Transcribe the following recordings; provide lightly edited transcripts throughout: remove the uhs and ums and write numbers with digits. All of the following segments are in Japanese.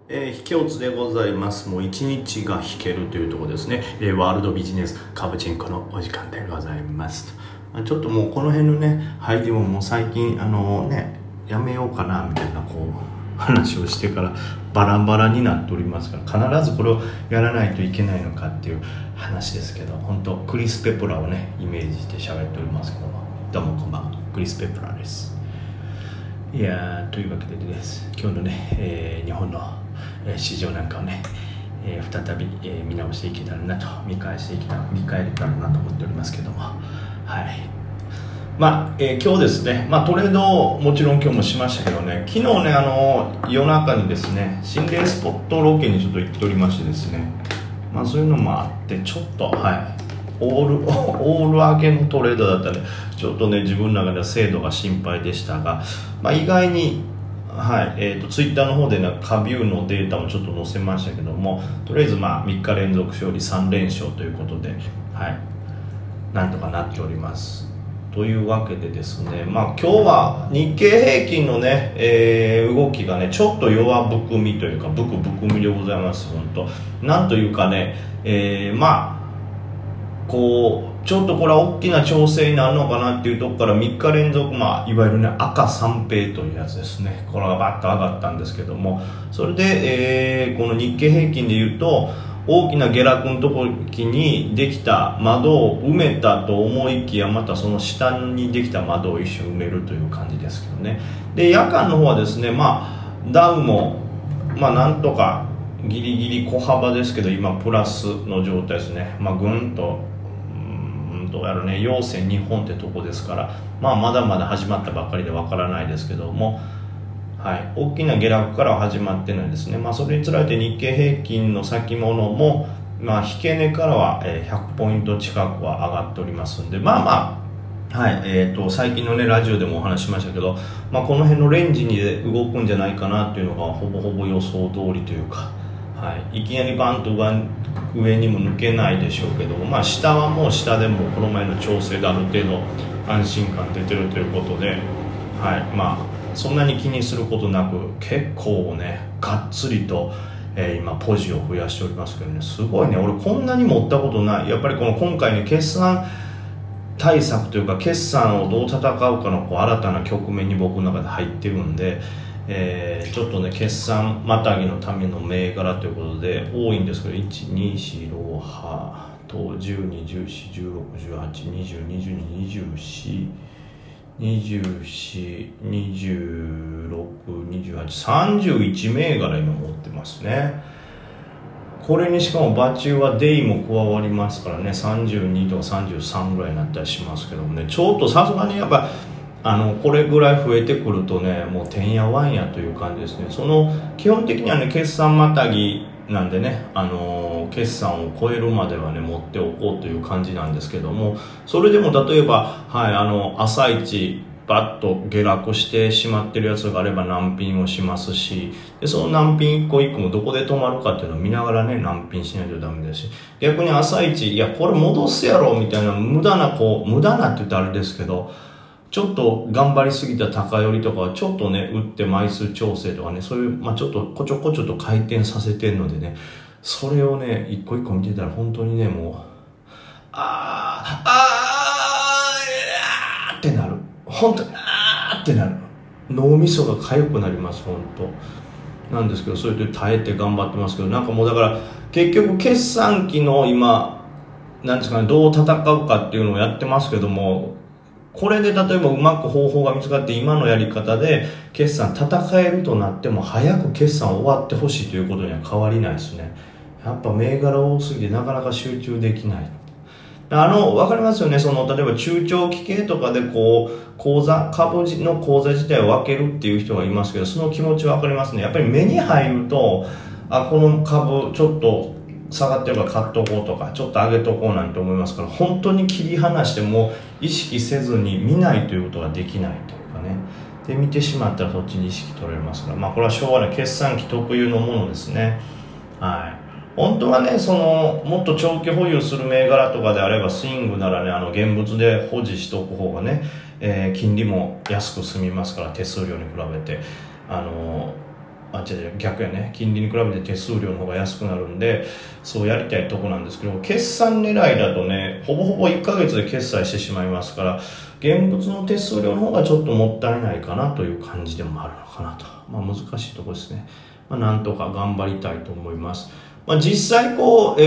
引け落ちでございます。もう一日が引けるというところですね。ワールドビジネスカブチンコのお時間でございます。ちょっともうこの辺のね、入りも最近やめようかなみたいな話をしてからバラバラになっておりますから、必ずこれをやらないといけないのかっていう話ですけど、本当クリス・ペプラをねイメージして喋っておりますけども、どうもこんばんは、クリス・ペプラです。いやというわけでです、今日のね、日本の市場なんかをね、再び、見直していけたらなと、見返れたらなと思っておりますけども、はい。今日ですね、トレードをもちろん今日もしましたけどね、昨日ね夜中にですね、心霊スポットロケにちょっと行っておりましてですね、そういうのもあってちょっとオール明けのトレードだったんで、ちょっとね自分の中では精度が心配でしたが、意外にツイッターの方でカビューのデータもちょっと載せましたけども、とりあえず3日連続勝利3連勝ということで、なんとかなっておりますというわけでですね、今日は日経平均のね、動きがねちょっと弱含みというかブクブクみでございます。本当なんというかね、ちょっとこれは大きな調整になるのかなっていうところから3日連続、いわゆるね赤三平というやつですね、これがバッと上がったんですけども、それで、この日経平均でいうと大きな下落の時にできた窓を埋めたと思いきや、またその下にできた窓を一瞬埋めるという感じですけどね。で夜間の方はですね、ダウもなんとかギリギリ小幅ですけど今プラスの状態ですね。ぐんとどうやらね陽線日本ってとこですから、まだまだ始まったばっかりでわからないですけども、大きな下落からは始まってないですね。それにつられて日経平均の先物も、引け値からは100ポイント近くは上がっておりますんで、最近のねラジオでもお話ししましたけど、この辺のレンジに動くんじゃないかなっていうのがほぼほぼ予想通りというか、いきなりバンと上にも抜けないでしょうけども、下はもう下でもこの前の調整である程度安心感出てるということで、そんなに気にすることなく結構ねがっつりと、今ポジを増やしておりますけどね、すごいね、俺こんなに持ったことない。やっぱりこの今回ね決算対策というか決算をどう戦うかの新たな局面に僕の中で入ってるんで、ちょっとね決算またぎのための銘柄ということで多いんですけど、124と12161831銘柄今持ってますね。これにしかも場中はデイも加わりますからね、32とか33ぐらいになったりしますけどもね、ちょっとさすがにやっぱこれぐらい増えてくるとね、もうてんやわんやという感じですね。基本的にはね決算またぎなんでね、決算を超えるまではね持っておこうという感じなんですけども、それでも例えば朝一バッと下落してしまってるやつがあれば難品をしますし、でその難品一個一個もどこで止まるかっていうのを見ながらね難品しないとダメですし、逆に朝一いやこれ戻すやろみたいな無駄なって言ったらあれですけど、ちょっと頑張りすぎた高寄りとかちょっとね打って枚数調整とかね、そういうちょっとこちょこちょと回転させてるのでね、それをね一個一個見てたら本当にねもうってなる、本当にってなる、脳みそが痒くなります。本当なんですけど、それで耐えて頑張ってますけど、もうだから結局決算期の今なんですかね、どう戦うかっていうのをやってますけども、これで例えばうまく方法が見つかって今のやり方で決算戦えるとなっても、早く決算終わってほしいということには変わりないですね。やっぱ銘柄多すぎてなかなか集中できない。わかりますよね。例えば中長期系とかで株の口座自体を分けるっていう人がいますけど、その気持ちはわかりますね。やっぱり目に入ると、この株ちょっと下がってるから買っとこうとか、ちょっと上げとこうなんて思いますから、本当に切り離しても意識せずに見ないということができないというかね。で、見てしまったらそっちに意識取れますから、これはしょうがない決算期特有のものですね。本当はねもっと長期保有する銘柄とかであれば、スイングならね現物で保持しておく方がね、金利も安く済みますから、手数料に比べて逆やね、金利に比べて手数料の方が安くなるんで、そうやりたいとこなんですけど、決算狙いだとね、ほぼほぼ1ヶ月で決済してしまいますから、現物の手数料の方がちょっともったいないかなという感じでもあるのかなと。難しいところですね。なんとか頑張りたいと思います。実際今日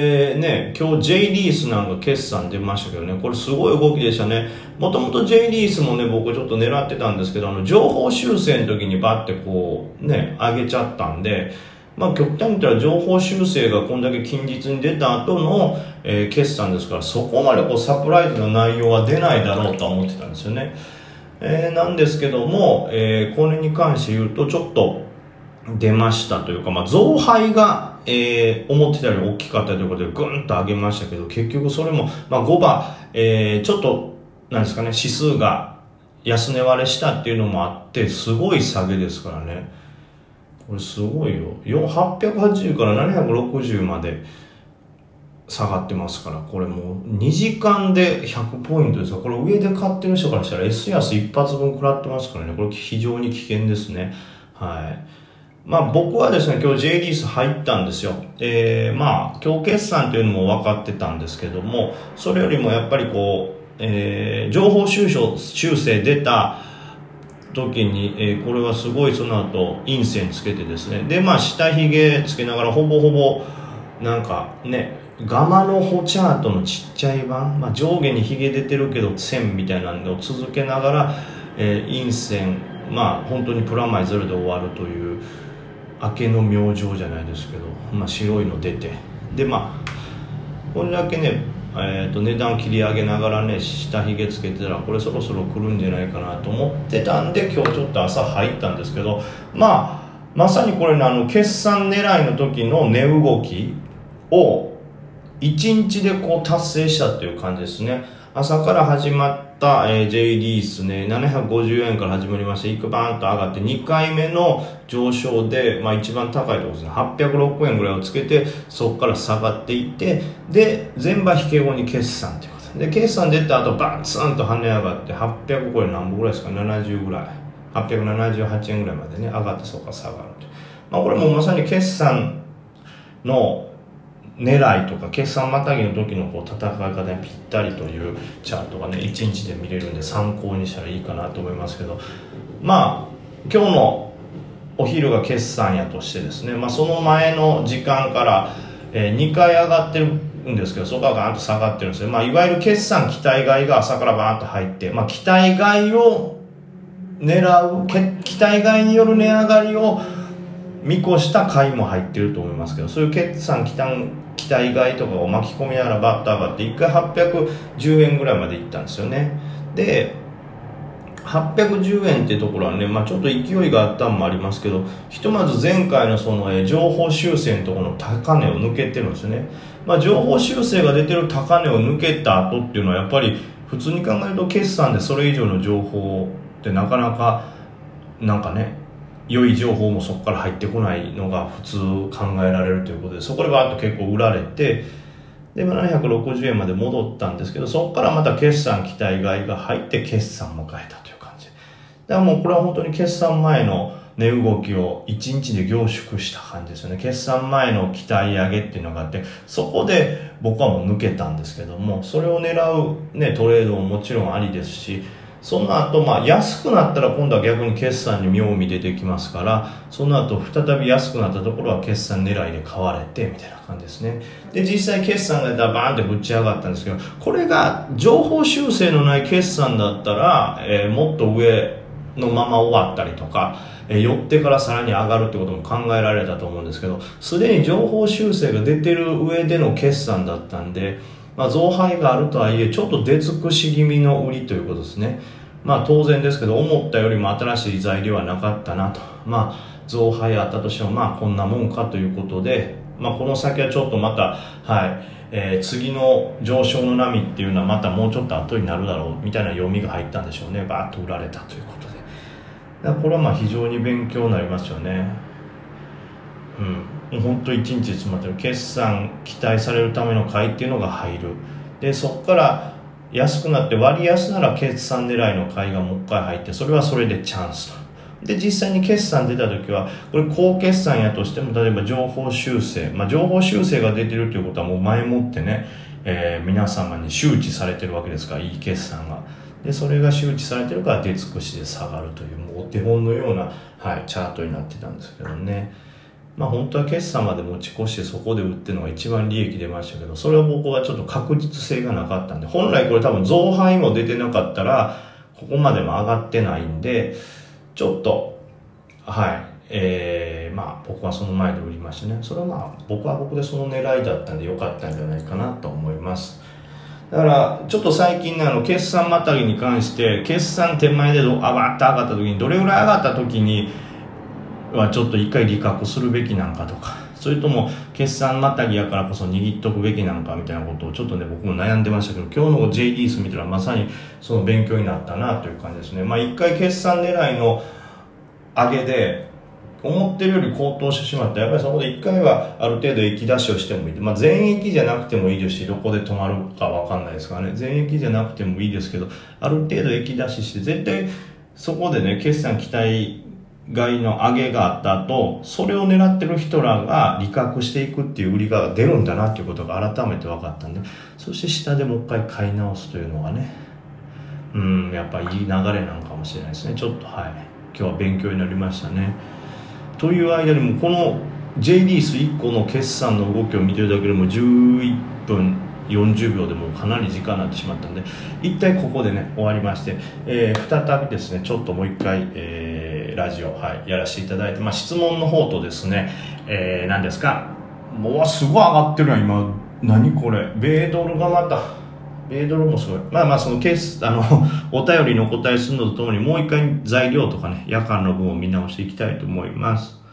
J リースなんか決算出ましたけどね、これすごい動きでしたね。もともと J リースもね、僕ちょっと狙ってたんですけど、情報修正の時にバッて上げちゃったんで、極端に言ったら情報修正がこんだけ近日に出た後の、決算ですから、そこまでサプライズの内容は出ないだろうとは思ってたんですよね。なんですけども、これに関して言うとちょっと出ましたというか、増配が、思ってたより大きかったということでぐんと上げましたけど、結局それも、5番、ちょっとなんですかね、指数が安値割れしたっていうのもあってすごい下げですからね。これすごいよ。880から760まで下がってますから、これもう2時間で100ポイントですが、これ上で買ってる人からしたら S 安一発分食らってますからね。これ非常に危険ですね。はい。僕はですね、今日 J リース入ったんですよ。今日決算というのも分かってたんですけども、それよりもやっぱり情報修正出た時に、これはすごいその後陰線つけてですね、で下髭つけながらほぼほぼなんかね、ガマの穂チャートのちっちゃい版、上下に髭出てるけど線みたいなのを続けながら、陰線、本当にプラマイゼロで終わるという明けの明星じゃないですけど、白いの出て、でこれだけね、値段切り上げながらね、下髭つけてたらこれそろそろ来るんじゃないかなと思ってたんで、今日ちょっと朝入ったんですけど、まさにこれね、決算狙いの時の値動きを1日で達成したっていう感じですね。朝から始まった、J リースね、750円から始まりまして、バーンと上がって2回目の上昇で、一番高いところですね、806円ぐらいをつけて、そこから下がっていって、で全場引け後に決算ということで、決算出た後バツンと跳ね上がって、800、これ何本ぐらいですか、70ぐらい、878円ぐらいまでね、上がってそこから下がると。これもまさに決算の狙いとか決算またぎの時の戦い方にぴったりというチャートがね、1日で見れるんで参考にしたらいいかなと思いますけど、今日のお昼が決算やとしてですね、その前の時間から、2回上がってるんですけど、そこからガーンと下がってるんですよ。いわゆる決算期待買いが朝からバーンと入って、期待買いを狙う、期待買いによる値上がりを見越した買いも入ってると思いますけど、そういう決算期待買いとかを巻き込みながらバッと上がって1回810円ぐらいまでいったんですよね。で810円っていうところはね、ちょっと勢いがあったのもありますけど、ひとまず前回のその情報修正のところの高値を抜けてるんですよね。情報修正が出てる高値を抜けた後っていうのはやっぱり普通に考えると決算でそれ以上の情報ってなかなかなんかね、良い情報もそこから入ってこないのが普通考えられるということで、そこでバーッと結構売られて、で760円まで戻ったんですけど、そこからまた決算期待買いが入って決算も変えたという感じ。だからもうこれは本当に決算前の値動きを1日で凝縮した感じですよね。決算前の期待上げっていうのがあって、そこで僕はもう抜けたんですけども、それを狙う、ね、トレードももちろんありですし、その後、安くなったら今度は逆に決算に妙味出てきますから、その後再び安くなったところは決算狙いで買われてみたいな感じですね。で実際決算が出たらバーンってぶち上がったんですけど、これが情報修正のない決算だったら、もっと上のまま終わったりとか、寄ってからさらに上がるってことも考えられたと思うんですけど、すでに情報修正が出てる上での決算だったんで、増配があるとはいえちょっと出尽くし気味の売りということですね。当然ですけど、思ったよりも新しい材料はなかったなと。増配あったとしてもこんなもんかということで、この先はちょっとまた次の上昇の波っていうのはまたもうちょっと後になるだろうみたいな読みが入ったんでしょうね。バーッと売られたということで、だからこれは非常に勉強になりますよね。本当一日で詰まってる。決算期待されるための買いっていうのが入る。でそこから安くなって割安なら決算狙いの買いがもう一回入って、それはそれでチャンスと。 で実際に決算出た時はこれ高決算やとしても、例えば情報修正、情報修正が出てるということはもう前もってね、皆様に周知されてるわけですから、いい決算が。でそれが周知されてるから出尽くしで下がるという、もうお手本のような、チャートになってたんですけどね。本当は決算まで持ち越してそこで売ってるのが一番利益出ましたけど、それは僕はちょっと確実性がなかったんで、本来これ多分増配も出てなかったらここまでも上がってないんで、ちょっと僕はその前で売りましたね。それは僕は僕でその狙いだったんで良かったんじゃないかなと思います。だからちょっと最近ね、決算またぎに関して、決算手前でバーッと上がった時に、どれぐらい上がった時にはちょっと一回利確するべきなんかとか、それとも決算またぎやからこそ握っとくべきなんかみたいなことをちょっとね、僕も悩んでましたけど、今日の JD ス見たらまさにその勉強になったなという感じですね。一回決算狙いの上げで思ってるより高騰してしまったら、やっぱりそこで一回はある程度益出しをしてもいい。全益じゃなくてもいいですし、どこで止まるかわかんないですからね。全益じゃなくてもいいですけど、ある程度益出しして、絶対そこでね、決算期待外の上げがあった後、それを狙ってる人らが利確していくっていう売りが出るんだなっていうことが改めて分かったんで、そして下でもう一回買い直すというのがね、やっぱいい流れなのかもしれないですね。ちょっと今日は勉強になりましたね。という間にもこの J リース1個の決算の動きを見てるだけでも11分40秒でもかなり時間になってしまったんで、一体ここでね終わりまして、再びですねちょっともう一回、ラジオ、やらせていただいて、質問の方とですね、何ですか、もうすごい上がってるやん今、何これ、米ドルがまた、米ドルもすごい、そのケースお便りにお答えするのとともに、もう一回材料とかね、夜間の分を見直していきたいと思います。